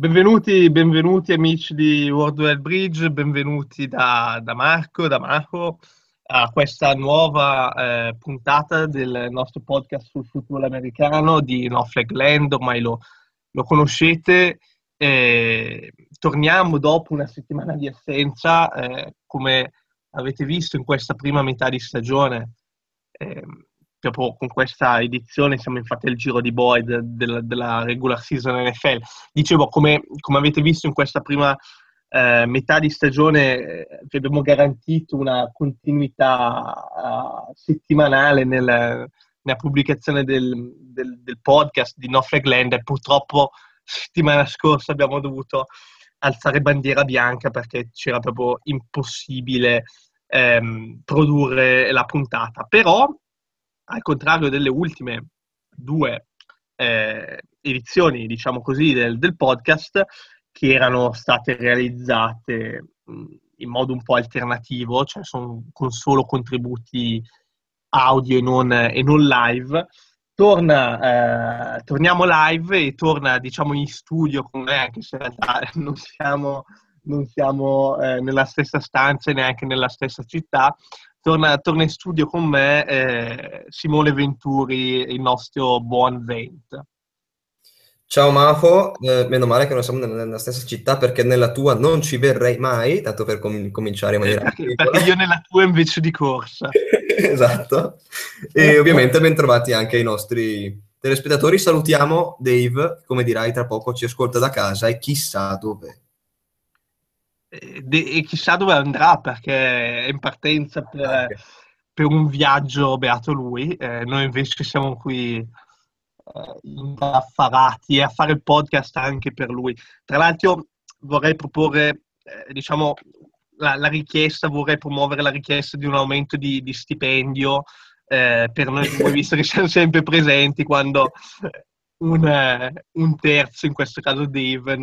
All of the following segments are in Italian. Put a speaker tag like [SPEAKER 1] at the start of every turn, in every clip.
[SPEAKER 1] Benvenuti amici di World Wide Bridge, benvenuti da Marco, da Majo, a questa nuova puntata del nostro podcast sul football americano di No Flag Land. Ormai lo conoscete. Torniamo dopo una settimana di assenza, come avete visto in questa prima metà di stagione. Proprio con questa edizione siamo infatti al giro di boy della regular season NFL. Dicevo, come avete visto in questa prima metà di stagione, vi abbiamo garantito una continuità settimanale nella pubblicazione del podcast di No Flag Land, e purtroppo settimana scorsa abbiamo dovuto alzare bandiera bianca perché c'era proprio impossibile produrre la puntata. Però, al contrario delle ultime due edizioni, diciamo così, del podcast, che erano state realizzate in modo un po' alternativo, cioè con solo contributi audio e non live, torniamo live e torna, diciamo, in studio con me, anche se in realtà non siamo nella stessa stanza e neanche nella stessa città. Torna in studio con me Simone Venturi, il nostro buon Vent.
[SPEAKER 2] Ciao Majo, meno male che non siamo nella stessa città perché nella tua non ci verrei mai, tanto per cominciare in maniera
[SPEAKER 1] Perché io nella tua invece di corsa.
[SPEAKER 2] Esatto. E ovviamente ben trovati anche i nostri telespettatori. Salutiamo Dave, come dirai tra poco ci ascolta da casa e chissà dove.
[SPEAKER 1] E chissà dove andrà, perché è in partenza
[SPEAKER 2] Anche.
[SPEAKER 1] per un viaggio, beato lui. Noi invece siamo qui indaffarati a fare il podcast anche per lui. Tra l'altro vorrei proporre, diciamo, la richiesta, vorrei promuovere la richiesta di un aumento di stipendio per noi due, visto che siamo sempre presenti quando un terzo, in questo caso Dave,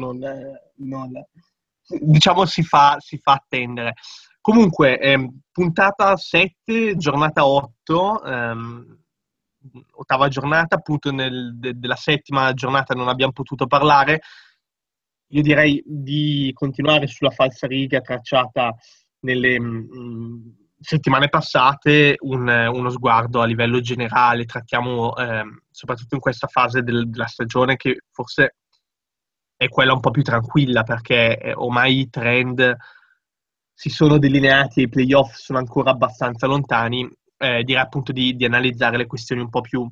[SPEAKER 1] diciamo si fa attendere. Comunque, puntata 7, giornata 8, ottava giornata, appunto della settima giornata non abbiamo potuto parlare. Io direi di continuare sulla falsariga tracciata nelle settimane passate, uno sguardo a livello generale. Trattiamo soprattutto in questa fase della stagione, che forse è quella un po' più tranquilla, perché ormai i trend si sono delineati e i playoff sono ancora abbastanza lontani. Direi appunto di analizzare le questioni un po' più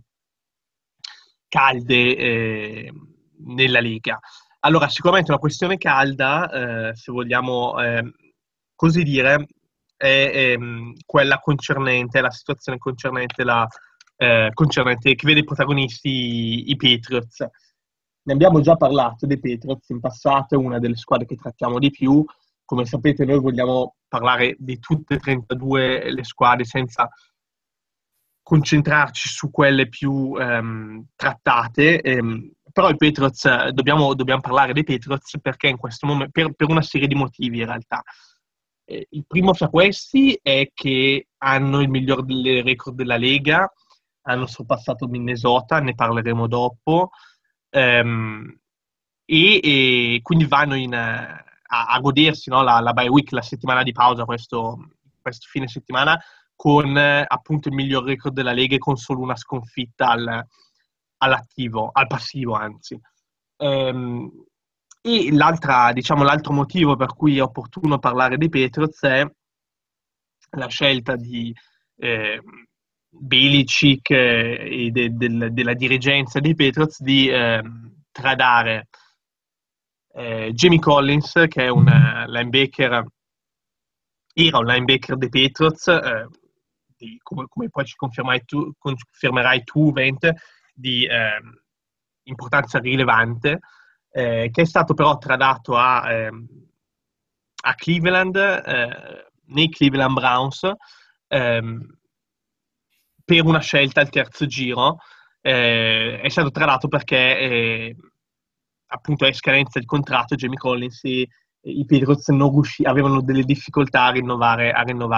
[SPEAKER 1] calde nella Lega. Allora, sicuramente una questione calda, se vogliamo così dire, è quella concernente, la situazione concernente che vede protagonisti i Patriots. Ne abbiamo già parlato dei Patriots in passato, è una delle squadre che trattiamo di più. Come sapete, noi vogliamo parlare di tutte e 32 le squadre senza concentrarci su quelle più trattate. Però i Patriots, dobbiamo parlare dei Patriots perché in questo momento, per una serie di motivi in realtà. Il primo fra questi è che hanno il miglior delle record della Lega, hanno sorpassato Minnesota, ne parleremo dopo, e quindi vanno a godersi, no, la bye week, la settimana di pausa, questo fine settimana, con appunto il miglior record della Lega e con solo una sconfitta all'attivo, al passivo anzi. E l'altro motivo per cui è opportuno parlare dei Patriots è la scelta di Belichick e della dirigenza dei Patriots di tradare Jamie Collins, che è un linebacker, era un linebacker dei Patriots, come poi ci confermerai tu, Vent, di importanza rilevante, che è stato però tradato a Cleveland, nei Cleveland Browns, per una scelta al terzo giro. È stato tradato perché appunto a scadenza del contratto Jamie Collins e i Patriots avevano delle difficoltà a rinnovare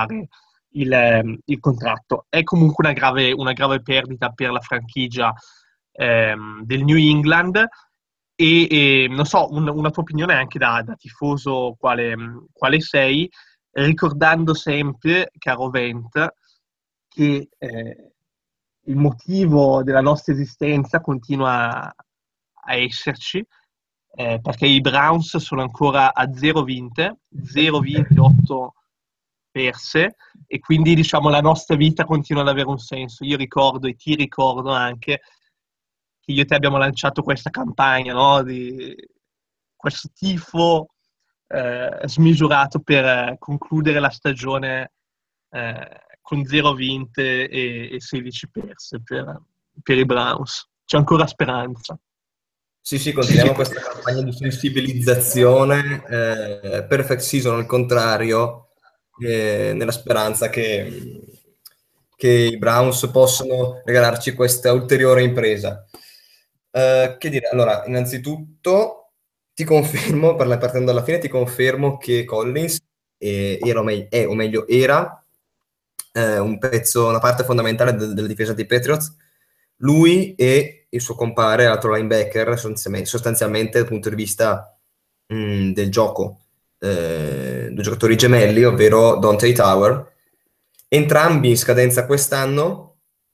[SPEAKER 1] il contratto. È comunque una grave perdita per la franchigia del New England, non so, una tua opinione anche da tifoso quale sei, ricordando sempre, caro Vent, che il motivo della nostra esistenza continua a esserci, perché i Browns sono ancora a 0 vinte, 0 vinte, 8 perse, e quindi diciamo la nostra vita continua ad avere un senso. Io ricordo e ti ricordo anche che io e te abbiamo lanciato questa campagna, no? Di questo tifo smisurato per concludere la stagione con 0 vinte e 16 perse per i Browns. C'è ancora speranza.
[SPEAKER 2] Sì, sì, continuiamo questa campagna di sensibilizzazione, perfect season al contrario, nella speranza che i Browns possano regalarci questa ulteriore impresa. Che dire, allora, innanzitutto ti confermo, partendo dalla fine, ti confermo che Collins è, o meglio, era un pezzo, una parte fondamentale della difesa dei Patriots. Lui e il suo compare, l'altro linebacker, sostanzialmente dal punto di vista del gioco, due giocatori gemelli, ovvero Dante Tower, entrambi in scadenza quest'anno,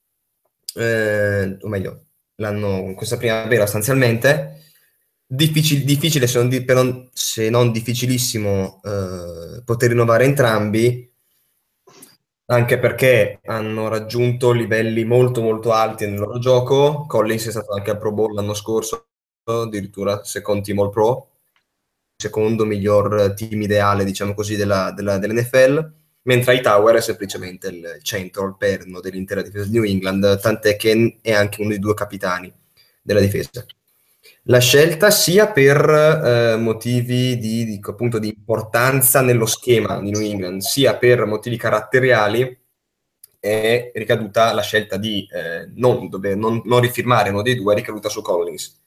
[SPEAKER 2] o meglio, l'anno questa primavera sostanzialmente, difficile se non difficilissimo poter rinnovare entrambi, anche perché hanno raggiunto livelli molto molto alti nel loro gioco. Collins è stato anche al Pro Bowl l'anno scorso, addirittura se conti All Pro, secondo miglior team ideale, diciamo così, dell'NFL, mentre Hightower è semplicemente il centro, il perno dell'intera difesa di New England, tant'è che è anche uno dei due capitani della difesa. La scelta sia per motivi appunto, di importanza nello schema di New England, sia per motivi caratteriali, è ricaduta la scelta di non rifirmare uno dei due, è ricaduta su Collins,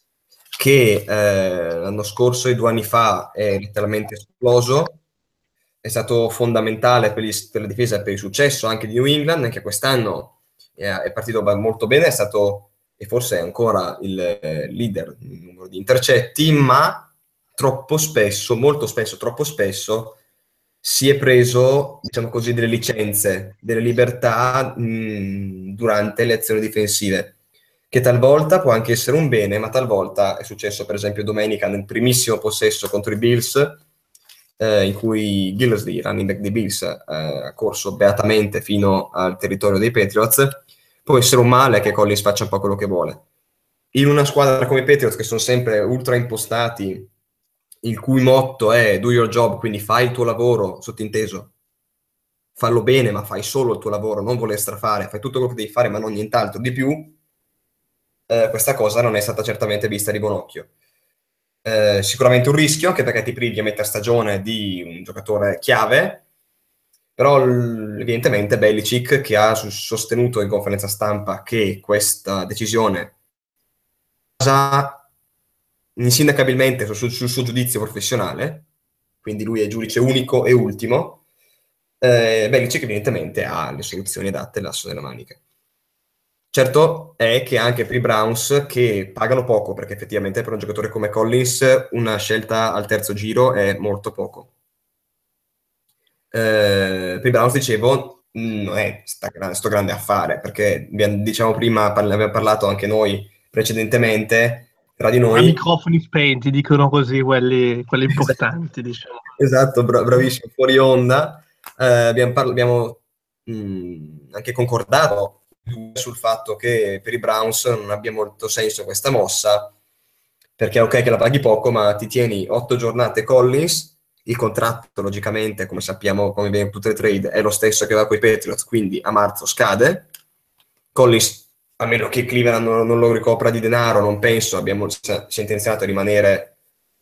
[SPEAKER 2] che l'anno scorso e 2 anni fa è letteralmente esploso, è stato fondamentale per la difesa e per il successo anche di New England, anche quest'anno è partito molto bene, è stato e forse è ancora il leader nel numero di intercetti, ma troppo spesso, molto spesso, troppo spesso si è preso, diciamo così, delle licenze, delle libertà durante le azioni difensive, che talvolta può anche essere un bene, ma talvolta è successo per esempio domenica nel primissimo possesso contro i Bills, in cui Gillespie, running back dei Bills, ha corso beatamente fino al territorio dei Patriots. Può essere un male che Collins faccia un po' quello che vuole. In una squadra come i Patriots, che sono sempre ultra impostati, il cui motto è do your job, quindi fai il tuo lavoro, sottinteso, fallo bene, ma fai solo il tuo lavoro, non voler strafare, fai tutto quello che devi fare, ma non nient'altro di più, questa cosa non è stata certamente vista di buon occhio. Sicuramente un rischio, anche perché ti privi a metà stagione di un giocatore chiave, però evidentemente Belichick, che ha sostenuto in conferenza stampa che questa decisione basa insindacabilmente sul suo giudizio professionale, quindi lui è giudice unico e ultimo, Belichick evidentemente ha le soluzioni adatte all'asso della manica. Certo è che anche per i Browns, che pagano poco, perché effettivamente per un giocatore come Collins una scelta al terzo giro è molto poco. Per i Browns, dicevo, non è sto grande affare, perché diciamo prima, abbiamo parlato anche noi precedentemente, tra di
[SPEAKER 1] A
[SPEAKER 2] noi.
[SPEAKER 1] microfoni spenti, dicono così quelli importanti, diciamo.
[SPEAKER 2] Esatto, bravissimo, fuori onda. Abbiamo anche concordato sul fatto che per i Browns non abbia molto senso questa mossa, perché è ok che la paghi poco, ma ti tieni 8 giornate Collins, il contratto logicamente, come sappiamo, come viene tutte le trade, è lo stesso che va con i Patriots, quindi a marzo scade. Collins, a meno che Cleveland non lo ricopra di denaro, non penso, sia intenzionato a rimanere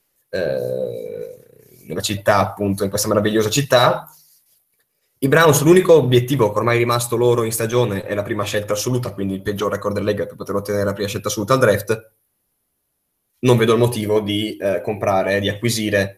[SPEAKER 2] nella città, appunto, in questa meravigliosa città. I Browns, l'unico obiettivo che ormai è rimasto loro in stagione è la prima scelta assoluta, quindi il peggior record della Lega per poter ottenere la prima scelta assoluta al draft. Non vedo il motivo di comprare, di acquisire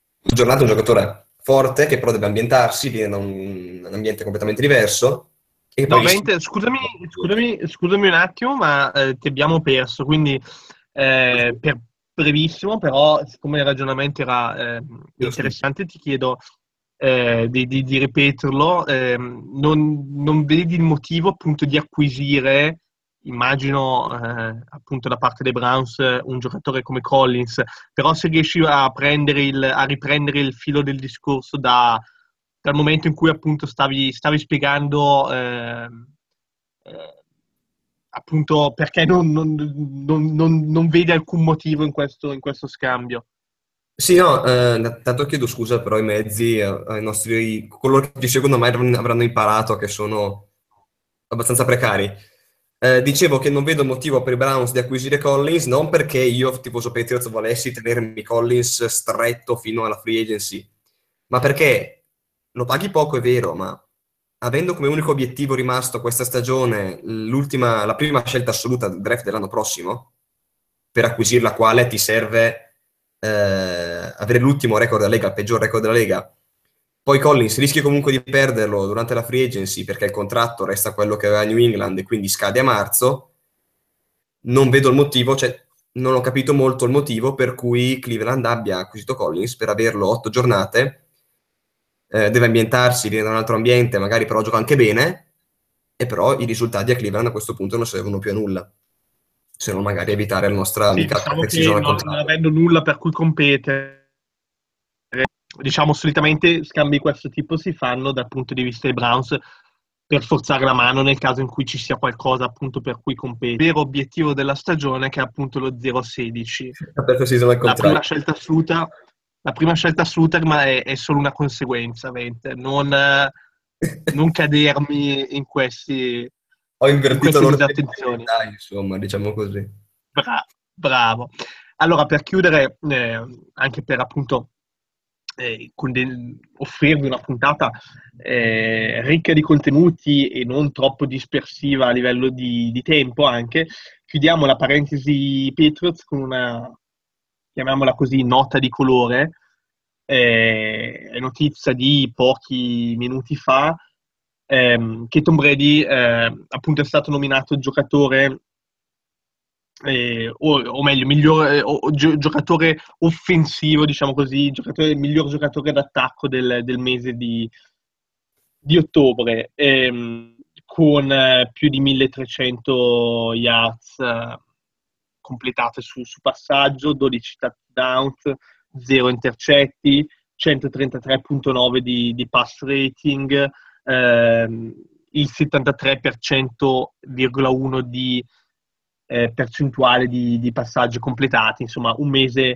[SPEAKER 2] un giocatore forte che però deve ambientarsi, viene da un ambiente completamente diverso E
[SPEAKER 1] No,
[SPEAKER 2] poi
[SPEAKER 1] veramente, scusami un attimo, ma ti abbiamo perso, quindi per brevissimo, però siccome il ragionamento era
[SPEAKER 2] scusa.
[SPEAKER 1] interessante, ti chiedo di ripeterlo. Non vedi il motivo appunto di acquisire, immagino appunto da parte dei Browns, un giocatore come Collins, però se riesci a riprendere il filo del discorso dal momento in cui appunto stavi spiegando appunto perché non vedi alcun motivo in questo scambio.
[SPEAKER 2] Sì, no, tanto chiedo scusa però ai mezzi, ai nostri, coloro che ci seguono mai avranno imparato che sono abbastanza precari. Dicevo che non vedo motivo per i Browns di acquisire Collins, non perché io, tifoso Patriots, volessi tenermi Collins stretto fino alla free agency, ma perché lo paghi poco, è vero, ma avendo come unico obiettivo rimasto questa stagione la prima scelta assoluta del draft dell'anno prossimo, per acquisire la quale ti serve avere l'ultimo record della Lega, il peggior record della Lega. Poi Collins rischi comunque di perderlo durante la free agency perché il contratto resta quello che aveva New England e quindi scade a marzo. Non vedo il motivo, cioè non ho capito molto il motivo per cui Cleveland abbia acquisito Collins per averlo 8 giornate. Deve ambientarsi, viene da un altro ambiente, magari però gioca anche bene, e però i risultati a Cleveland a questo punto non servono più a nulla, se non magari evitare la nostra
[SPEAKER 1] Sì,
[SPEAKER 2] amica
[SPEAKER 1] diciamo
[SPEAKER 2] perfect
[SPEAKER 1] che
[SPEAKER 2] season al
[SPEAKER 1] non
[SPEAKER 2] contrario.
[SPEAKER 1] avendo nulla per cui competere, diciamo solitamente scambi di questo tipo si fanno dal punto di vista dei Browns per forzare la mano nel caso in cui ci sia qualcosa appunto per cui competere. Il vero obiettivo della stagione che è appunto lo 0-16.
[SPEAKER 2] La perfect season al
[SPEAKER 1] La prima
[SPEAKER 2] contrario.
[SPEAKER 1] scelta assoluta, la prima scelta assoluta ma è solo una conseguenza, veramente. Non cadermi
[SPEAKER 2] Ho
[SPEAKER 1] in
[SPEAKER 2] invertito
[SPEAKER 1] queste
[SPEAKER 2] l'ordine di
[SPEAKER 1] disattenzioni.
[SPEAKER 2] priorità, insomma, diciamo così.
[SPEAKER 1] Bravo. Allora, per chiudere, anche per appunto offrirvi una puntata ricca di contenuti e non troppo dispersiva a livello di tempo anche, chiudiamo la parentesi Patriots con una, chiamiamola così, nota di colore. È notizia di pochi minuti fa che Tom Brady appunto è stato nominato giocatore o meglio, giocatore offensivo, diciamo così, miglior giocatore d'attacco del mese di ottobre, con più di 1300 yards completate su passaggio, 12 touchdowns, 0 intercetti, 133,9 di pass rating, il 73,1% di percentuale di passaggi completati, insomma un mese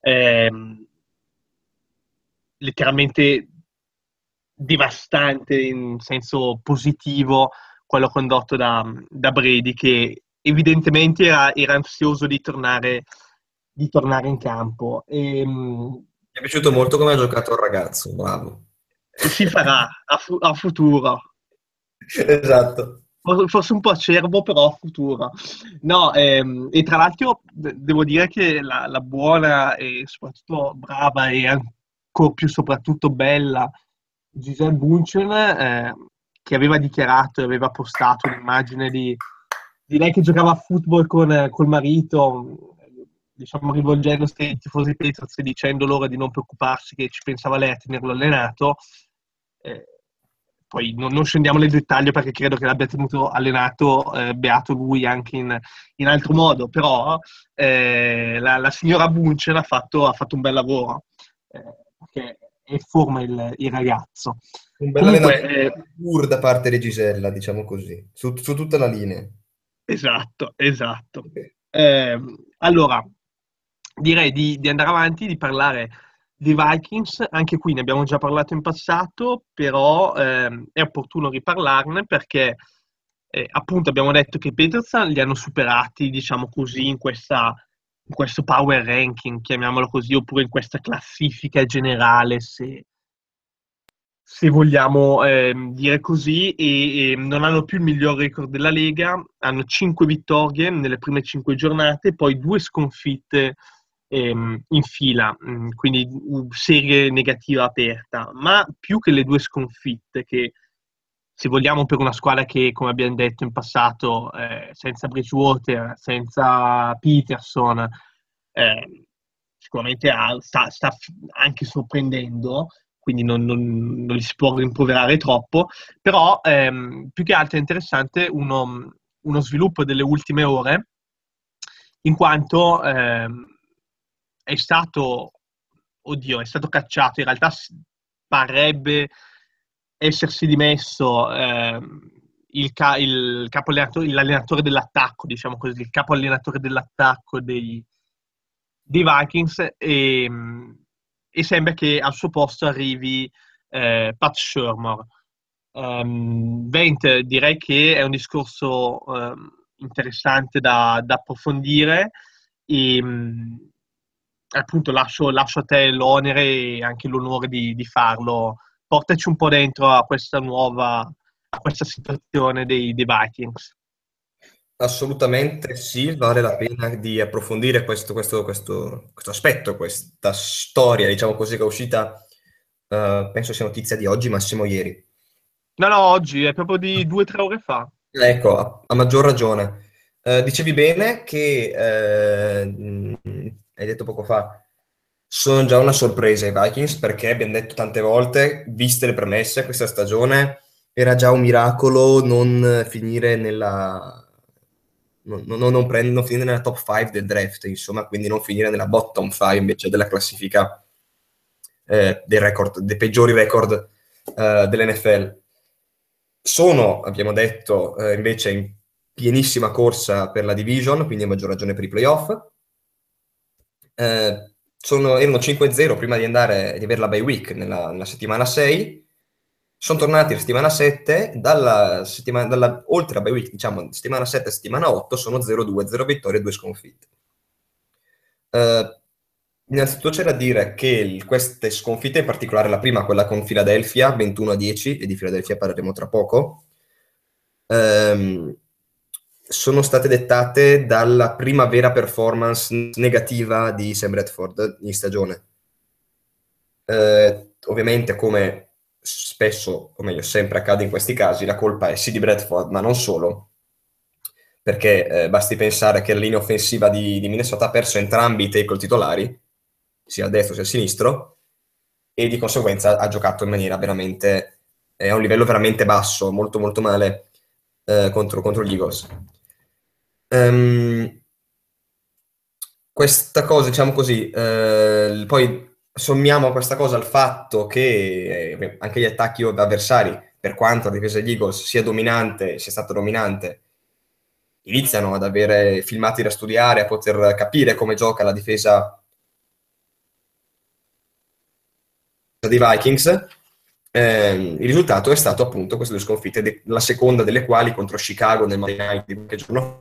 [SPEAKER 1] letteralmente devastante in senso positivo, quello condotto da Brady, che evidentemente era ansioso di tornare in campo.
[SPEAKER 2] Mi è piaciuto molto come ha giocato il ragazzo, bravo.
[SPEAKER 1] Si farà a futuro.
[SPEAKER 2] Esatto.
[SPEAKER 1] Forse un po' acerbo, però futuro. No, e tra l'altro devo dire che la buona e soprattutto brava e ancora più soprattutto bella Giselle Bündchen, che aveva dichiarato e aveva postato un'immagine di lei che giocava a football col marito, diciamo rivolgendosi ai tifosi Patriots e dicendo loro di non preoccuparsi che ci pensava lei a tenerlo allenato. Eh, Poi non scendiamo nel dettaglio perché credo che l'abbia tenuto allenato, beato lui, anche in altro modo, però la signora Bunchen ha fatto un bel lavoro, perché è in forma il ragazzo.
[SPEAKER 2] Un bel
[SPEAKER 1] Comunque,
[SPEAKER 2] allenamento pur da parte di Gisella, diciamo così, su tutta la linea.
[SPEAKER 1] esatto, esatto. Allora, direi di andare avanti, di parlare dei Vikings. Anche qui ne abbiamo già parlato in passato, però è opportuno riparlarne perché appunto abbiamo detto che i Patriots li hanno superati, diciamo così, in questo power ranking, chiamiamolo così, oppure in questa classifica generale, se vogliamo dire così, e non hanno più il miglior record della Lega, hanno 5 vittorie nelle prime 5 giornate, poi 2 sconfitte in fila, quindi serie negativa aperta, ma più che le 2 sconfitte che se vogliamo, per una squadra che, come abbiamo detto in passato, senza Bridgewater, senza Peterson, sicuramente sta anche sorprendendo, quindi non li si può rimproverare troppo, però più che altro è interessante uno sviluppo delle ultime ore, in quanto è stato cacciato, in realtà parrebbe essersi dimesso il capo allenatore, l'allenatore dell'attacco, diciamo così, il capo allenatore dell'attacco dei Vikings e sembra che al suo posto arrivi Pat Shurmur. Vent, direi che è un discorso interessante da approfondire e appunto lascio a te l'onere e anche l'onore di farlo. Portaci un po' dentro a questa situazione dei Vikings.
[SPEAKER 2] Assolutamente sì, vale la pena di approfondire questo aspetto, questa storia, diciamo così, che è uscita, penso sia notizia di oggi, massimo ieri.
[SPEAKER 1] No, oggi è proprio di 2 o 3 ore fa.
[SPEAKER 2] Ecco, a maggior ragione. Dicevi bene che, hai detto poco fa, sono già una sorpresa i Vikings perché abbiamo detto tante volte, viste le premesse, questa stagione era già un miracolo non finire non finire nella top 5 del draft, insomma, quindi non finire nella bottom 5 invece della classifica dei peggiori record dell'NFL. Sono, abbiamo detto, invece in pienissima corsa per la division, quindi a maggior ragione per i playoff. Erano 5-0 prima di avere la bye week nella settimana 6. Sono tornati la settimana 7, oltre la bye week, diciamo, settimana 7 e settimana 8, sono 0-2, 0 vittorie e 2 sconfitte. Innanzitutto c'è da dire che queste sconfitte, in particolare la prima, quella con Philadelphia, 21-10, e di Philadelphia parleremo tra poco, sono state dettate dalla prima vera performance negativa di Sam Bradford in stagione. Ovviamente, come spesso, o meglio sempre accade in questi casi, la colpa è sì di Bradford, ma non solo, perché basti pensare che la linea offensiva di Minnesota ha perso entrambi i tackle titolari, sia a destra sia a sinistro, e di conseguenza ha giocato in maniera veramente, a un livello veramente basso, molto molto male contro gli Eagles. Questa cosa, diciamo così, poi sommiamo questa cosa al fatto che anche gli attacchi avversari, per quanto la difesa degli Eagles sia stata dominante, iniziano ad avere filmati da studiare, a poter capire come gioca la difesa dei Vikings. Il risultato è stato appunto queste due sconfitte, la seconda delle quali contro Chicago nel Monday Night di qualche giorno.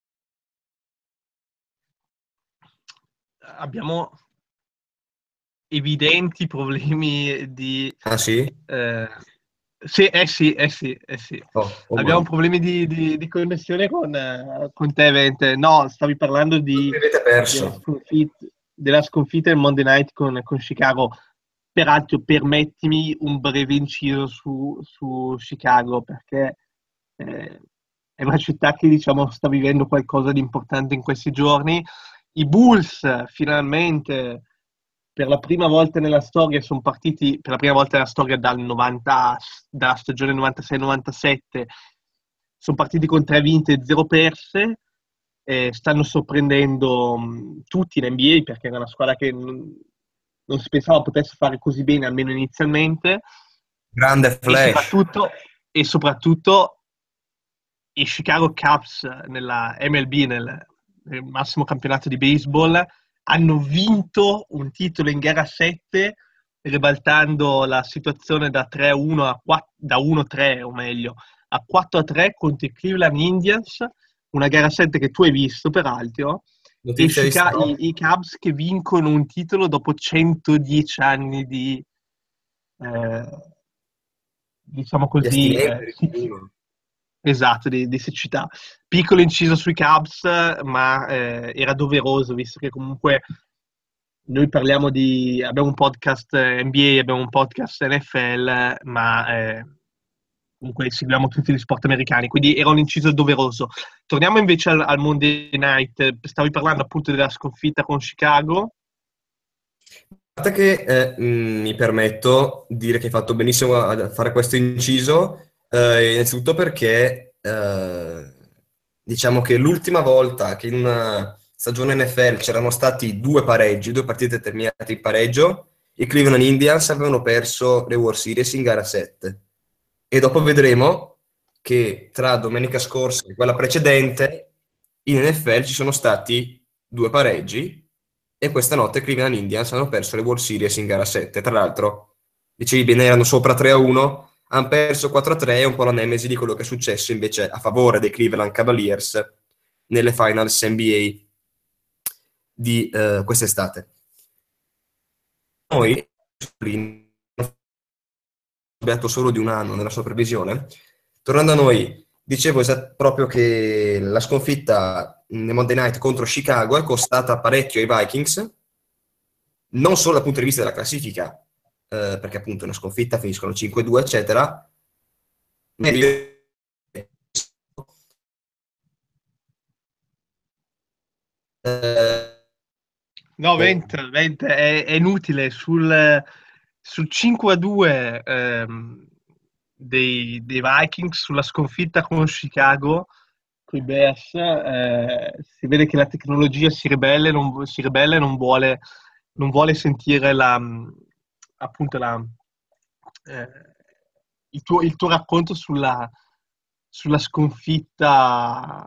[SPEAKER 1] Abbiamo evidenti problemi di...
[SPEAKER 2] Ah sì?
[SPEAKER 1] Sì, sì.
[SPEAKER 2] Oh
[SPEAKER 1] Abbiamo
[SPEAKER 2] mamma.
[SPEAKER 1] problemi di connessione con te, Vente. No, stavi parlando
[SPEAKER 2] Avete
[SPEAKER 1] della
[SPEAKER 2] perso.
[SPEAKER 1] sconfitta del Monday Night con Chicago. Peraltro, permettimi un breve inciso su Chicago, perché è una città che, diciamo, sta vivendo qualcosa di importante in questi giorni. I Bulls, finalmente, per la prima volta nella storia, sono partiti, per la prima volta nella storia dalla stagione 96-97, sono partiti con 3 vinte e 0 perse, stanno sorprendendo tutti in NBA perché era una squadra che non si pensava potesse fare così bene, almeno inizialmente,
[SPEAKER 2] Grande
[SPEAKER 1] e
[SPEAKER 2] flash.
[SPEAKER 1] soprattutto i Chicago Cubs nella MLB, nel massimo campionato di baseball, hanno vinto un titolo in gara 7, ribaltando la situazione da 3-1 da 1-3, o meglio, a 4-3 contro i Cleveland Indians, una gara 7 che tu hai visto peraltro, e
[SPEAKER 2] Notizia di Stroud.
[SPEAKER 1] i Cubs che vincono un titolo dopo 110 anni eh, diciamo
[SPEAKER 2] Di
[SPEAKER 1] così,
[SPEAKER 2] astinenza, dirittura.
[SPEAKER 1] esatto, di siccità. Piccolo inciso sui Cubs, ma era doveroso, visto che comunque noi abbiamo un podcast NBA, abbiamo un podcast NFL, ma comunque seguiamo tutti gli sport americani, quindi era un inciso doveroso. Torniamo invece al Monday Night, stavi parlando appunto della sconfitta con Chicago.
[SPEAKER 2] Guarda che mi permetto di dire che hai fatto benissimo a fare questo inciso, innanzitutto perché diciamo che l'ultima volta che in una stagione NFL c'erano stati due pareggi, due partite terminate in pareggio, i Cleveland Indians avevano perso le World Series in gara 7. E dopo vedremo che tra domenica scorsa e quella precedente in NFL ci sono stati due pareggi e questa notte Cleveland Indians hanno perso le World Series in gara 7. Tra l'altro, dicevi bene, erano sopra 3-1, hanno perso 4-3, è un po' la nemesi di quello che è successo invece a favore dei Cleveland Cavaliers nelle finals NBA di quest'estate. Noi beato solo di un anno nella sua previsione. Tornando a noi, dicevo proprio che la sconfitta nel Monday Night contro Chicago è costata parecchio ai Vikings, non solo dal punto di vista della classifica, perché appunto una sconfitta finiscono 5-2, eccetera.
[SPEAKER 1] No, è inutile. Sul 5-2 dei Vikings, sulla sconfitta con Chicago, con i Bears, si vede che la tecnologia si ribella e non vuole sentire appunto eh, il tuo racconto sulla sconfitta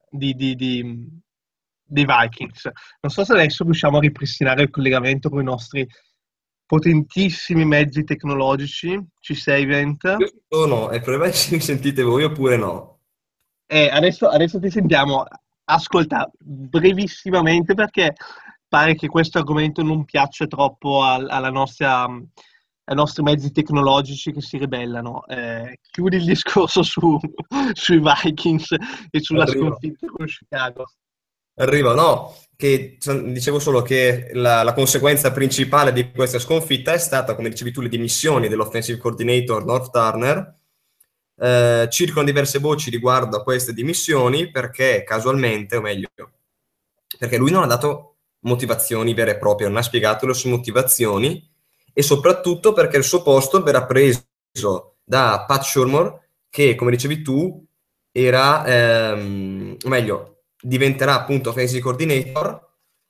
[SPEAKER 1] dei Vikings. Non so se adesso riusciamo a ripristinare il collegamento con i nostri potentissimi mezzi tecnologici. Ci sei, Vent?
[SPEAKER 2] Io sono, il problema è se mi sentite voi oppure no.
[SPEAKER 1] Adesso ti sentiamo. Ascolta, brevissimamente, perché pare che questo argomento non piaccia troppo ai nostri mezzi tecnologici che si ribellano. Chiudi il discorso sui Vikings e sulla
[SPEAKER 2] Arrivo.
[SPEAKER 1] sconfitta con Chicago.
[SPEAKER 2] Arriva, no, che dicevo solo che la conseguenza principale di questa sconfitta è stata, come dicevi tu, le dimissioni dell'offensive coordinator North Turner. Circolano diverse voci riguardo a queste dimissioni perché casualmente, o meglio, perché lui non ha dato motivazioni vere e proprie, non ha spiegato le sue motivazioni e soprattutto perché il suo posto verrà preso da Pat Shurmur, che, come dicevi tu, era, o meglio, diventerà appunto offensive coordinator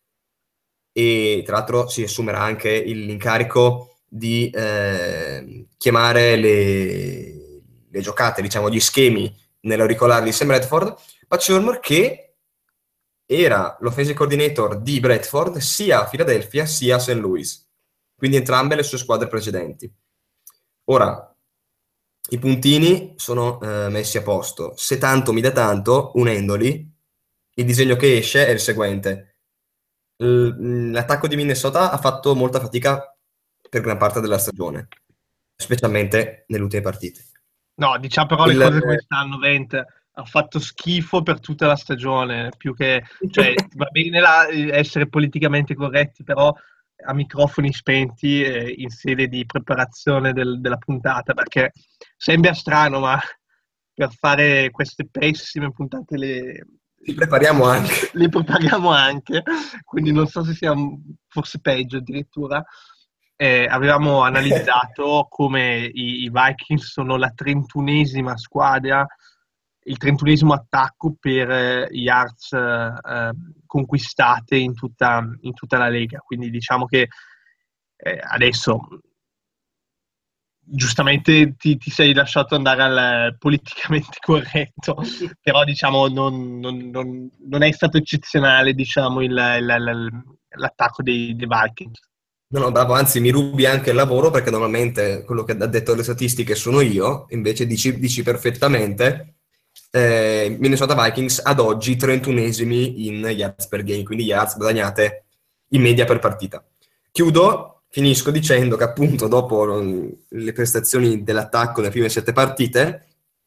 [SPEAKER 2] e tra l'altro si assumerà anche l'incarico di chiamare le giocate, diciamo, gli schemi nell'auricolare di Sam Bradford. Pat Shurmur, che era l'offensive coordinator di Bradford sia a Philadelphia sia a St. Louis, quindi entrambe le sue squadre precedenti. Ora, i puntini sono messi a posto. Se tanto mi dà tanto, unendoli, il disegno che esce è il seguente. L'attacco di Minnesota ha fatto molta fatica per gran parte della stagione, specialmente nelle ultime partite.
[SPEAKER 1] No, diciamo però le cose come stanno, Vent. Ha fatto schifo per tutta la stagione, più che, cioè, va bene essere politicamente corretti, però a microfoni spenti in sede di preparazione della puntata, perché sembra strano, ma per fare queste pessime puntate
[SPEAKER 2] Ci prepariamo anche.
[SPEAKER 1] le prepariamo anche, quindi non so se sia forse peggio addirittura. Avevamo analizzato come i Vikings sono la 31esima squadra, il 31esimo attacco per yards conquistate in tutta la Lega. Quindi diciamo che adesso giustamente ti sei lasciato andare al politicamente corretto, però diciamo non è stato eccezionale, diciamo, l'attacco dei Vikings.
[SPEAKER 2] No, bravo, anzi mi rubi anche il lavoro perché normalmente quello che ha detto le statistiche sono io, invece dici perfettamente. Minnesota Vikings ad oggi 31esimi in yards per game, quindi yards guadagnate in media per partita. Finisco dicendo che appunto dopo le prestazioni dell'attacco nelle prime 7 partite,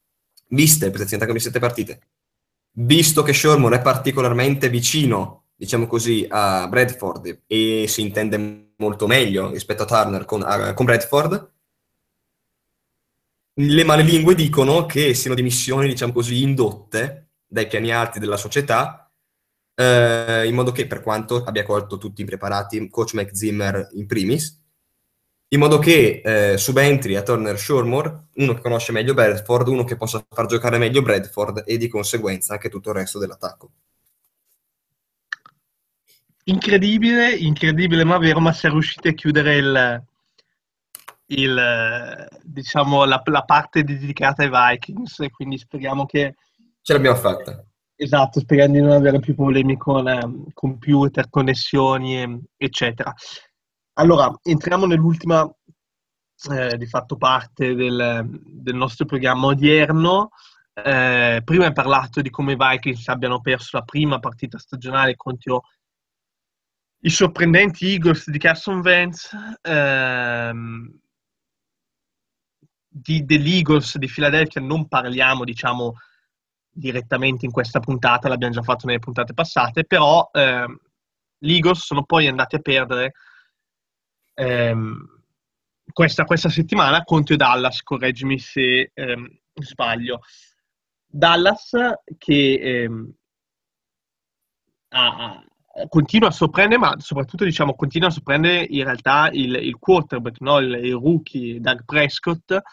[SPEAKER 2] visto che Shurmur è particolarmente vicino, diciamo così, a Bradford e si intende molto meglio rispetto a Turner con Bradford, le malelingue dicono che siano dimissioni, diciamo così, indotte dai piani alti della società, in modo che, per quanto abbia colto tutti impreparati, coach Mike Zimmer in primis, in modo che subentri a Turner Shurmur uno che conosce meglio Bradford, uno che possa far giocare meglio Bradford e di conseguenza anche tutto il resto dell'attacco.
[SPEAKER 1] Incredibile, incredibile ma vero, ma si è riusciti a chiudere diciamo, la parte dedicata ai Vikings, e quindi speriamo che...
[SPEAKER 2] Ce l'abbiamo fatta.
[SPEAKER 1] Esatto, speriamo di non avere più problemi con computer, connessioni, eccetera. Allora, entriamo nell'ultima, di fatto, parte del nostro programma odierno. Prima hai parlato di come i Vikings abbiano perso la prima partita stagionale contro i sorprendenti Eagles di Carson Wentz. Degli Eagles di Philadelphia non parliamo, diciamo, direttamente in questa puntata, l'abbiamo già fatto nelle puntate passate, però gli Eagles sono poi andati a perdere questa settimana contro Dallas, correggimi se sbaglio. Dallas che continua a sorprendere, ma soprattutto, diciamo, continua a sorprendere in realtà il quarterback, no? il rookie Doug Prescott.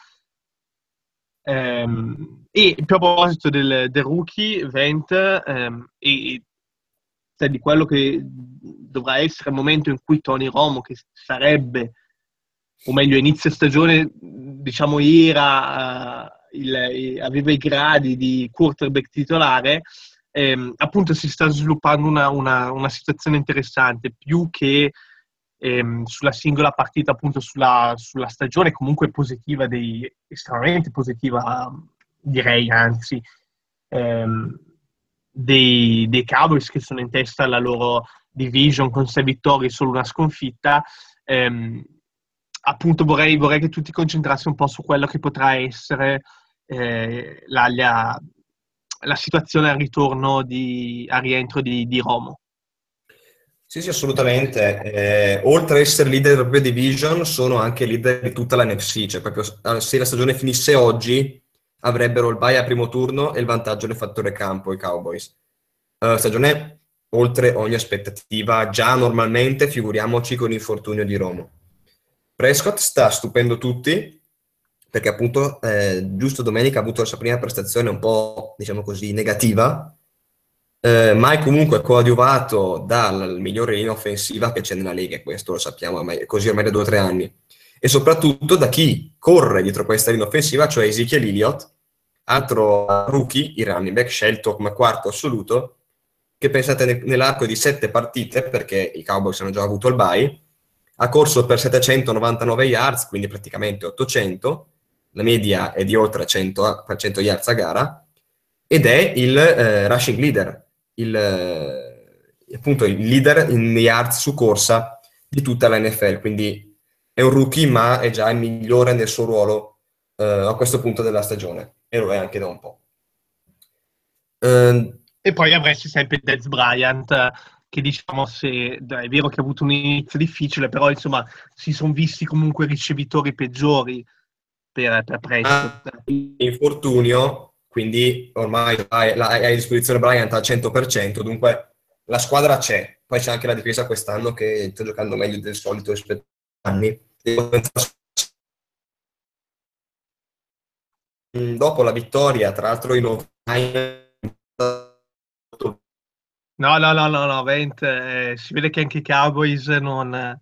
[SPEAKER 1] E a proposito del rookie Vent, e cioè di quello che dovrà essere il momento in cui Tony Romo, che sarebbe, o meglio inizio stagione, diciamo aveva i gradi di quarterback titolare, appunto si sta sviluppando una situazione interessante, più che sulla singola partita, appunto sulla stagione comunque positiva, estremamente positiva, direi, anzi, dei Cowboys, che sono in testa alla loro division con 6 vittorie e solo una sconfitta. Appunto vorrei che tu ti concentrassi un po' su quello che potrà essere la situazione al ritorno a rientro di Romo.
[SPEAKER 2] Sì, sì, assolutamente. Oltre ad essere leader della propria division, sono anche leader di tutta la NFC. Cioè, proprio, se la stagione finisse oggi, avrebbero il bye a primo turno e il vantaggio del fattore campo, i Cowboys. Stagione oltre ogni aspettativa, già normalmente, figuriamoci con l'infortunio di Romo. Prescott sta stupendo tutti, perché appunto giusto domenica ha avuto la sua prima prestazione un po', diciamo così, negativa, ma è comunque coadiuvato dalla migliore linea offensiva che c'è nella Lega, e questo lo sappiamo così ormai da 2 o 3 anni, e soprattutto da chi corre dietro questa linea offensiva, cioè Ezekiel Elliott, altro rookie, il running back, scelto come quarto assoluto, che pensate nell'arco di 7 partite, perché i Cowboys hanno già avuto il bye, ha corso per 799 yards, quindi praticamente 800, la media è di oltre 100 yards a gara, ed è il rushing leader, appunto il leader in yards su corsa di tutta la NFL, quindi è un rookie ma è già il migliore nel suo ruolo a questo punto della stagione, e lo è anche da un po'.
[SPEAKER 1] E poi avresti sempre Dez Bryant, che diciamo, è vero che ha avuto un inizio difficile, però insomma si sono visti comunque ricevitori peggiori per Prescott.
[SPEAKER 2] Infortunio, quindi ormai hai a disposizione Bryant al 100%, dunque la squadra c'è. Poi c'è anche la difesa quest'anno che sta giocando meglio del solito rispetto agli anni. Dopo la vittoria, tra l'altro in
[SPEAKER 1] No, Vent, si vede che anche i Cowboys non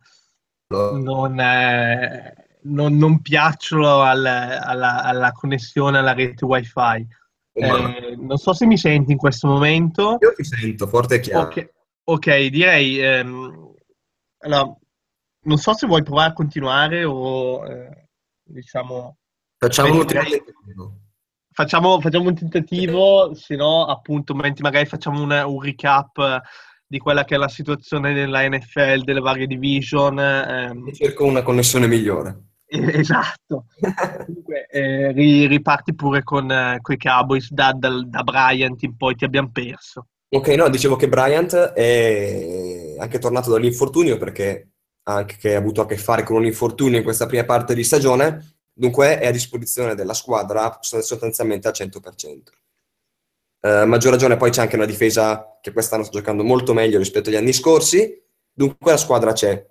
[SPEAKER 1] piacciono alla connessione alla rete wifi. Non so se mi senti in questo momento.
[SPEAKER 2] Io ti sento forte e chiaro.
[SPEAKER 1] Ok, direi, allora, non so se vuoi provare a continuare o diciamo
[SPEAKER 2] Facciamo un ultimo
[SPEAKER 1] magari
[SPEAKER 2] tentativo.
[SPEAKER 1] facciamo un tentativo, se no appunto mentre magari facciamo un recap di quella che è la situazione nella NFL, delle varie division.
[SPEAKER 2] E cerco una connessione migliore.
[SPEAKER 1] Esatto. Comunque, riparti pure con i Cowboys, da Bryant in poi ti abbiamo perso.
[SPEAKER 2] Ok, no, dicevo che Bryant è anche tornato dall'infortunio, perché ha anche avuto a che fare con un infortunio in questa prima parte di stagione, Dunque è a disposizione della squadra sostanzialmente al 100%. Maggior ragione poi c'è anche una difesa che quest'anno sta giocando molto meglio rispetto agli anni scorsi, dunque la squadra c'è.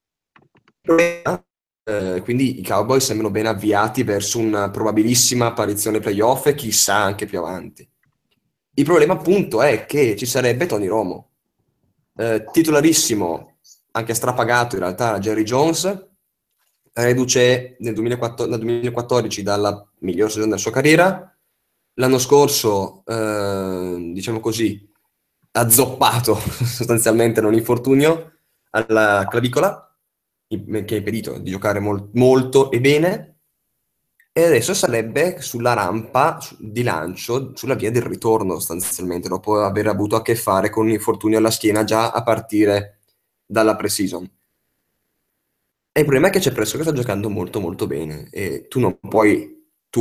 [SPEAKER 2] Quindi i Cowboys sembrano ben avviati verso una probabilissima apparizione playoff e chissà anche più avanti. Il problema appunto è che ci sarebbe Tony Romo, titolarissimo, anche strapagato in realtà da Jerry Jones, reduce dal 2014 dalla miglior stagione della sua carriera. L'anno scorso, diciamo così, ha zoppato sostanzialmente da un infortunio alla clavicola, che ha impedito di giocare molto e bene, e adesso sarebbe sulla rampa di lancio, sulla via del ritorno sostanzialmente, dopo aver avuto a che fare con un infortunio alla schiena già a partire dalla pre-season. E il problema è che c'è Prescott che sta giocando molto molto bene e tu non puoi,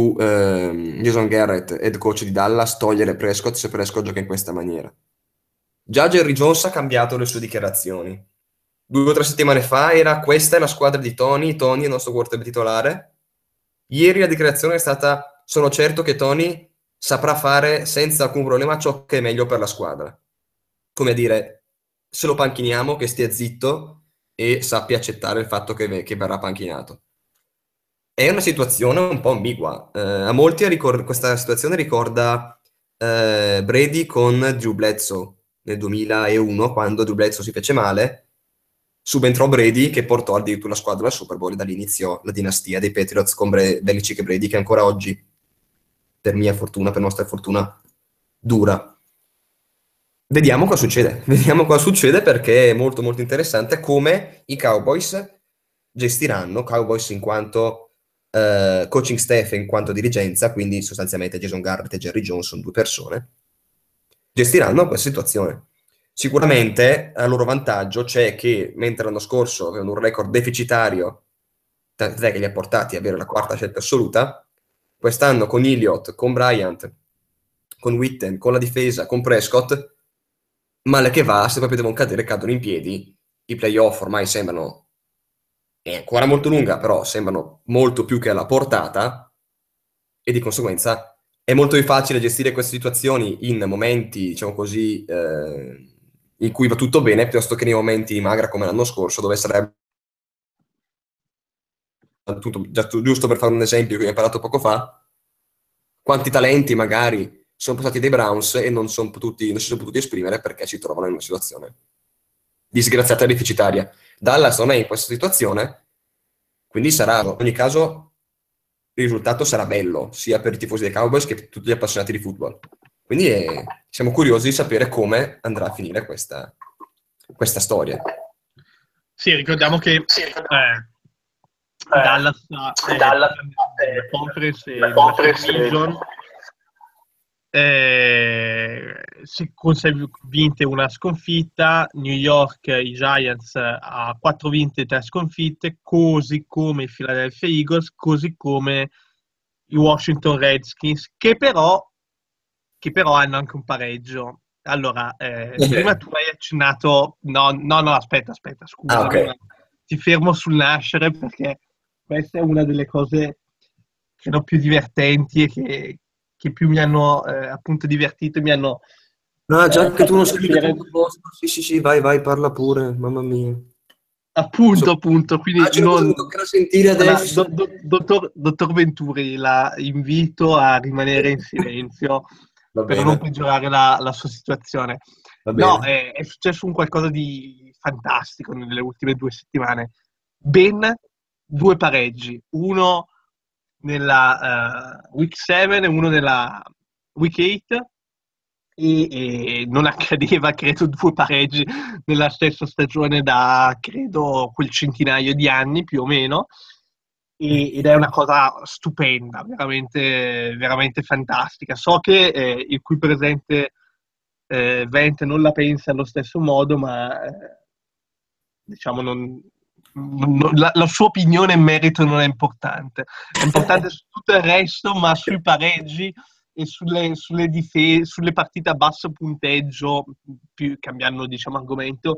[SPEAKER 2] Jason Garrett, head coach di Dallas, togliere Prescott se Prescott gioca in questa maniera. Già Jerry Jones ha cambiato le sue dichiarazioni. 2 o 3 settimane fa era questa è la squadra di Tony è il nostro quarterback titolare. Ieri la dichiarazione è stata sono certo che Tony saprà fare senza alcun problema ciò che è meglio per la squadra. Come a dire, se lo panchiniamo che stia zitto e sappia accettare il fatto che verrà panchinato. È una situazione un po' ambigua. A molti questa situazione ricorda Brady con Drew Bledsoe nel 2001, quando Drew Bledsoe si fece male. Subentrò Brady che portò addirittura la squadra al Super Bowl e da lì iniziò la dinastia dei Patriots con Belichick e Brady che ancora oggi, per mia fortuna, per nostra fortuna, dura. Vediamo cosa succede. Vediamo cosa succede perché è molto molto interessante come i Cowboys gestiranno, Cowboys in quanto coaching staff e in quanto dirigenza, quindi sostanzialmente Jason Garrett e Jerry Jones sono 2 persone, gestiranno questa situazione. Sicuramente a loro vantaggio c'è che mentre l'anno scorso avevano un record deficitario, tant'è che li ha portati ad avere la 4ª scelta assoluta, quest'anno con Elliott, con Bryant, con Witten, con la difesa, con Prescott, male che va, se proprio devono cadere, cadono in piedi. I playoff ormai sembrano, è ancora molto lunga, però sembrano molto più che alla portata e di conseguenza è molto più facile gestire queste situazioni in momenti, diciamo così, in cui va tutto bene, piuttosto che nei momenti di magra come l'anno scorso, dove sarebbe giusto per fare un esempio che abbiamo parlato poco fa, quanti talenti magari sono passati dai Browns e non si sono potuti esprimere perché si trovano in una situazione disgraziata e deficitaria. Dallas non è in questa situazione, quindi sarà, in ogni caso, il risultato sarà bello, sia per i tifosi dei Cowboys che per tutti gli appassionati di football. Quindi siamo curiosi di sapere come andrà a finire questa storia.
[SPEAKER 1] Sì, ricordiamo che Dallas ha la conference e nella division vinte una sconfitta, New York i Giants ha 4 vinte e 3 sconfitte, così come i Philadelphia Eagles, così come i Washington Redskins, che però hanno anche un pareggio. Allora, prima tu hai accennato, no, aspetta, scusa,
[SPEAKER 2] okay.
[SPEAKER 1] Ti fermo sul nascere perché questa è una delle cose credo più divertenti e che più mi hanno appunto divertito, mi hanno
[SPEAKER 2] No, già che tu non sei
[SPEAKER 1] piacere.
[SPEAKER 2] tutto posto. Sì, vai, parla pure, mamma mia.
[SPEAKER 1] Appunto, quindi
[SPEAKER 2] cosa mi toccherà sentire adesso?
[SPEAKER 1] Dottor Venturi, la invito a rimanere in silenzio
[SPEAKER 2] Va
[SPEAKER 1] per
[SPEAKER 2] bene,
[SPEAKER 1] non peggiorare la sua situazione.
[SPEAKER 2] va
[SPEAKER 1] No,
[SPEAKER 2] bene.
[SPEAKER 1] è successo un qualcosa di fantastico nelle ultime 2 settimane. Ben 2 pareggi, uno nella week 7 e uno nella week 8 e non accadeva, credo, 2 pareggi nella stessa stagione da, credo, quel centinaio di anni più o meno, ed è una cosa stupenda, veramente, veramente fantastica. So che il qui presente Vente non la pensa allo stesso modo, ma diciamo la sua opinione in merito non è importante. È importante su tutto il resto, ma sui pareggi e sulle partite a basso punteggio, cambiando diciamo argomento,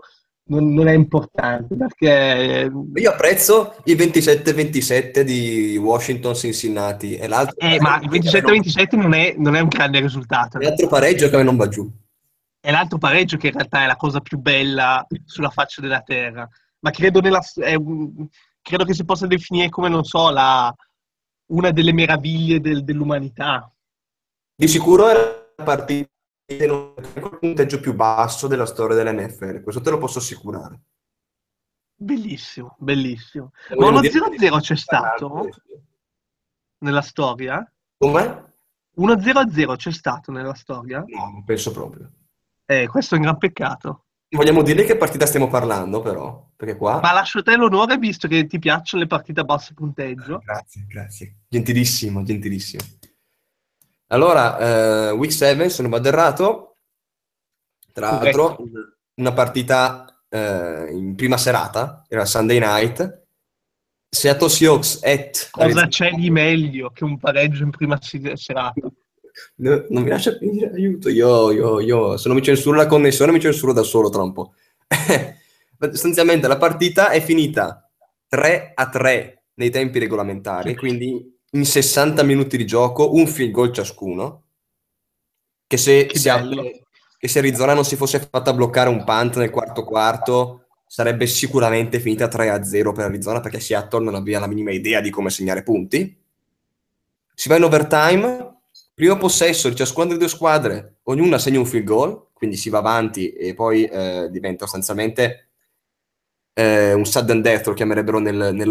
[SPEAKER 1] non è importante, perché
[SPEAKER 2] Io apprezzo il 27-27 di Washington-Cincinnati e
[SPEAKER 1] ma il 27-27 non è un grande risultato, in
[SPEAKER 2] l'altro
[SPEAKER 1] realtà.
[SPEAKER 2] pareggio che a me non va giù.
[SPEAKER 1] È l'altro pareggio che in realtà è la cosa più bella sulla faccia della terra. Ma credo, credo che si possa definire come, non so, una delle meraviglie dell'umanità.
[SPEAKER 2] Di sicuro è la partita con il punteggio più basso della storia dell'NFL, questo te lo posso assicurare.
[SPEAKER 1] Bellissimo, bellissimo.
[SPEAKER 2] Se
[SPEAKER 1] Ma
[SPEAKER 2] vogliamo
[SPEAKER 1] uno
[SPEAKER 2] dire
[SPEAKER 1] 0-0 c'è
[SPEAKER 2] parlando,
[SPEAKER 1] stato nella storia?
[SPEAKER 2] come?
[SPEAKER 1] 1-0-0 c'è stato nella storia?
[SPEAKER 2] No, non penso proprio.
[SPEAKER 1] Questo è un gran peccato.
[SPEAKER 2] Vogliamo dire che partita stiamo parlando, però? Perché
[SPEAKER 1] Ma
[SPEAKER 2] qua...
[SPEAKER 1] lascio a te l'onore, visto che ti piacciono le partite a basso punteggio.
[SPEAKER 2] Grazie, grazie. Gentilissimo, gentilissimo. Allora, Week 7, se non vado errato, tra l'altro
[SPEAKER 1] Corretto.
[SPEAKER 2] una partita in prima serata, era Sunday Night, Seattle Seahawks at
[SPEAKER 1] Cosa
[SPEAKER 2] Arizona.
[SPEAKER 1] c'è di meglio che un pareggio in prima serata?
[SPEAKER 2] No, non mi lascia finire, aiuto, io, se non mi censuro la connessione mi censuro da solo tra un po'. Sostanzialmente la partita è finita 3-3 nei tempi regolamentari, quindi in 60 minuti di gioco, un field goal ciascuno, che
[SPEAKER 1] Che bello.
[SPEAKER 2] che se Arizona non si fosse fatta bloccare un punt nel quarto quarto, sarebbe sicuramente finita 3-0 per Arizona, perché Seattle non aveva la minima idea di come segnare punti. Si va in overtime, primo possesso di ciascuna delle due squadre, ognuna segna un field goal, quindi si va avanti e poi diventa sostanzialmente un sudden death, lo chiamerebbero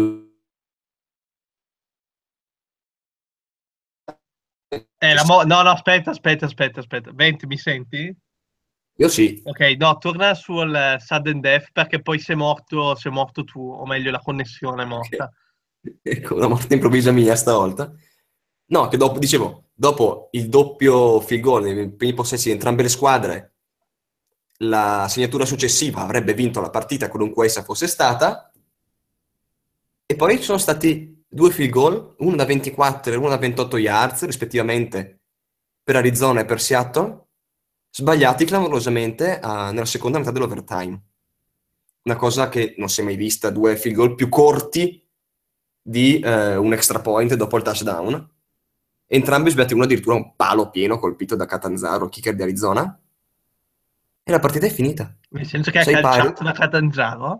[SPEAKER 1] No, no, aspetta. 20, mi senti?
[SPEAKER 2] Io sì,
[SPEAKER 1] Ok, no, torna sul sudden death perché poi sei morto tu, o meglio la connessione è morta.
[SPEAKER 2] ecco, una morte improvvisa mia stavolta. No, che dopo, dicevo, dopo il doppio field goal nei primi possessi di entrambe le squadre, la segnatura successiva avrebbe vinto la partita qualunque essa fosse stata, e poi ci sono stati due field goal, uno da 24 e uno da 28 yards, rispettivamente per Arizona e per Seattle, sbagliati clamorosamente nella seconda metà dell'overtime. Una cosa che non si è mai vista, due field goal più corti di un extra point dopo il touchdown. Entrambi sbagliati, uno addirittura un palo pieno colpito da Catanzaro, kicker di Arizona, e la partita è finita.
[SPEAKER 1] Nel senso che ha
[SPEAKER 2] Sei pari.
[SPEAKER 1] calciato da Catanzaro?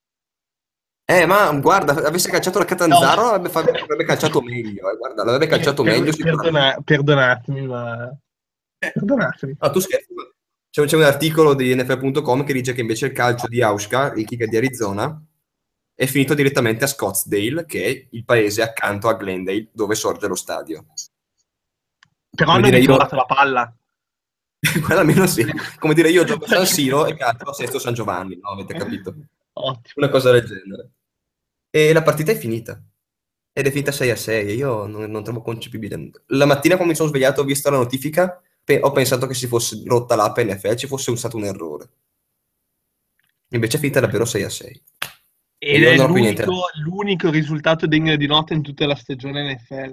[SPEAKER 2] Ma guarda, avesse calciato la
[SPEAKER 1] No,
[SPEAKER 2] Catanzaro avrebbe calciato meglio. Guarda, l'avrebbe calciato meglio sicuramente.
[SPEAKER 1] perdonatemi, ma... Perdonatemi.
[SPEAKER 2] Ah, tu scherzi, ma c'è un articolo di NFL.com che dice che invece il calcio di Hauschka, il kicker di Arizona, è finito direttamente a Scottsdale, che è il paese accanto a Glendale, dove sorge lo stadio.
[SPEAKER 1] Però
[SPEAKER 2] Come
[SPEAKER 1] hanno
[SPEAKER 2] dire, io...
[SPEAKER 1] ritrovato la palla.
[SPEAKER 2] Quello almeno sì. Come dire, io gioco a San Siro e calcio a Sesto San Giovanni, no? Avete capito?
[SPEAKER 1] Ottimo.
[SPEAKER 2] Una cosa del genere. E la partita è finita. Ed è finita 6-6. Io non trovo concepibile. La mattina quando mi sono svegliato ho visto la notifica, ho pensato che si fosse rotta l'app NFL, ci fosse stato un errore. Invece è finita davvero 6-6. E
[SPEAKER 1] Ed
[SPEAKER 2] io
[SPEAKER 1] è
[SPEAKER 2] non ho più niente da...
[SPEAKER 1] l'unico risultato degno di nota in tutta la stagione NFL.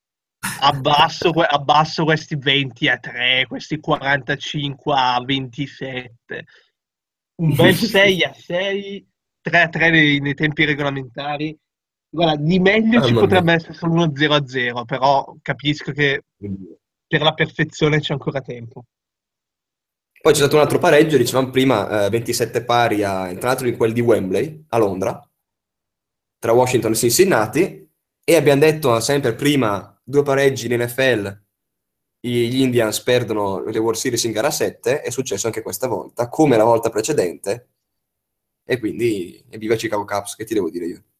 [SPEAKER 1] Abbasso questi 20-3, questi 45-27. Un bel 6-6, 3-3 nei tempi regolamentari. Guarda, di meglio ci
[SPEAKER 2] Mamma mia.
[SPEAKER 1] potrebbe essere solo uno 0-0, però capisco che per la perfezione c'è ancora tempo.
[SPEAKER 2] Poi c'è stato un altro pareggio, dicevamo prima, 27 pari, tra l'altro in quel di Wembley, a Londra, tra Washington e Cincinnati, e abbiamo detto sempre prima, due pareggi in NFL, gli Indians perdono le World Series in gara 7, è successo anche questa volta, come la volta precedente, e quindi evviva Chicago Cubs, che ti devo dire io?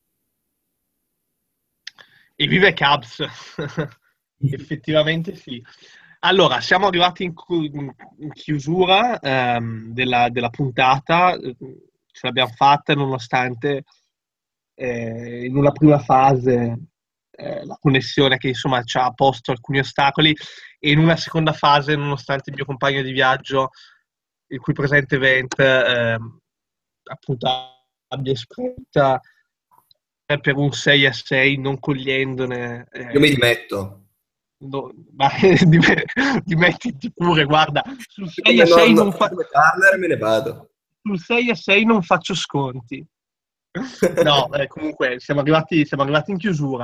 [SPEAKER 1] E vive Cubs, effettivamente sì. Allora, siamo arrivati in chiusura della puntata, ce l'abbiamo fatta nonostante in una prima fase la connessione che insomma ci ha posto alcuni ostacoli e in una seconda fase, nonostante il mio compagno di viaggio, il cui presente event appunto abbia espressa per un 6-6 non cogliendone
[SPEAKER 2] Io mi dimetto.
[SPEAKER 1] no, ma dimettiti pure, guarda, sul
[SPEAKER 2] Come
[SPEAKER 1] 6-6 non fa...
[SPEAKER 2] come Turner me ne vado.
[SPEAKER 1] sul 6-6 non faccio sconti. No, comunque siamo arrivati in chiusura.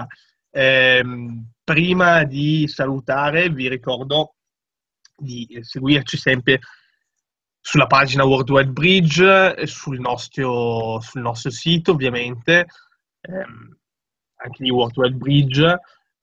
[SPEAKER 1] Prima di salutare vi ricordo di seguirci sempre sulla pagina World Wide Bridge, sul nostro sito ovviamente, anche di World Wide Bridge,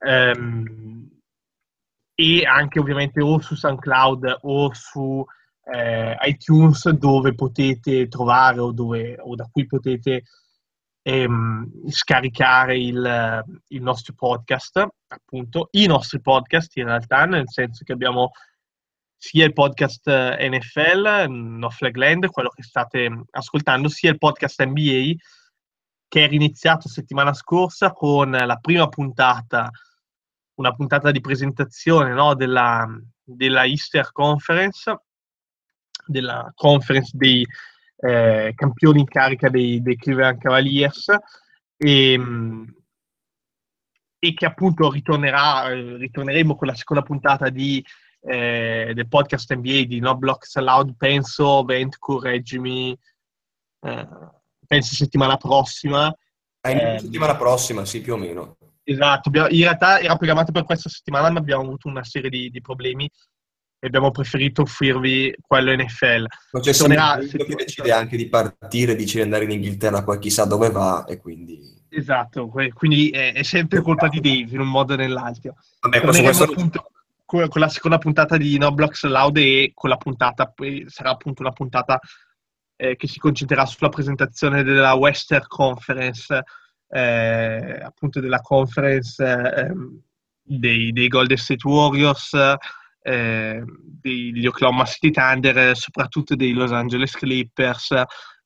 [SPEAKER 1] e anche ovviamente o su SoundCloud o su iTunes, dove potete trovare o da cui potete scaricare il nostro podcast, appunto, i nostri podcast in realtà, nel senso che abbiamo sia il podcast NFL, No Flag Land, quello che state ascoltando, sia il podcast NBA, che è riniziato settimana scorsa con la prima puntata, una puntata di presentazione, no, della Easter Conference, della conference dei campioni in carica dei Cleveland Cavaliers, e che appunto ritorneremo con la seconda puntata del podcast NBA di No Blocks Allowed, penso, Vent, correggimi, penso settimana prossima.
[SPEAKER 2] Settimana prossima, sì, più o meno.
[SPEAKER 1] Esatto, in realtà era programmato per questa settimana, ma abbiamo avuto una serie di problemi e abbiamo preferito offrirvi quello NFL.
[SPEAKER 2] Non c'è quello che decide anche di partire, dice di andare in Inghilterra, poi chissà dove va, e quindi...
[SPEAKER 1] Esatto, quindi è sempre colpa di Dave in un modo o nell'altro.
[SPEAKER 2] Vabbè,
[SPEAKER 1] Torneremo appunto con la seconda puntata di No Blocks Allowed, e con la puntata, poi sarà appunto una puntata che si concentrerà sulla presentazione della Western Conference, appunto della conference dei Golden State Warriors, degli Oklahoma City Thunder, soprattutto dei Los Angeles Clippers.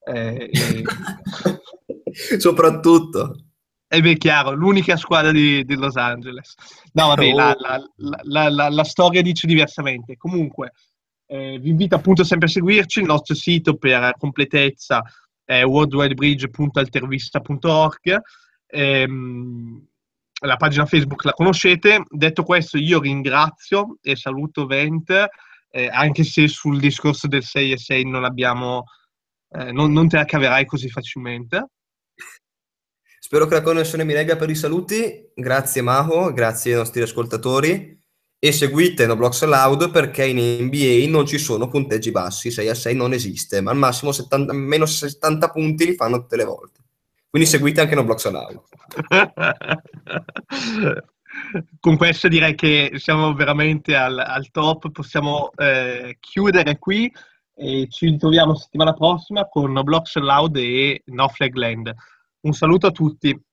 [SPEAKER 2] Soprattutto.
[SPEAKER 1] E beh, chiaro, l'unica squadra di Los Angeles. No, vabbè, la storia dice diversamente. Comunque, vi invito appunto sempre a seguirci. Il nostro sito per completezza è worldwidebridge.altervista.org. La pagina Facebook la conoscete. Detto questo, io ringrazio e saluto Vent, anche se sul discorso del 6-6 non te la caverai così facilmente.
[SPEAKER 2] Spero che la connessione mi regga per i saluti. Grazie Maho, grazie ai nostri ascoltatori, e seguite No Blocks Allowed, perché in NBA non ci sono punteggi bassi, 6-6 non esiste, ma al massimo meno 70 punti li fanno tutte le volte. Quindi seguite anche No Blocks Allowed.
[SPEAKER 1] Con questo direi che siamo veramente al top, possiamo chiudere qui e ci ritroviamo settimana prossima con No Blocks Allowed e No Flag Land. Un saluto a tutti.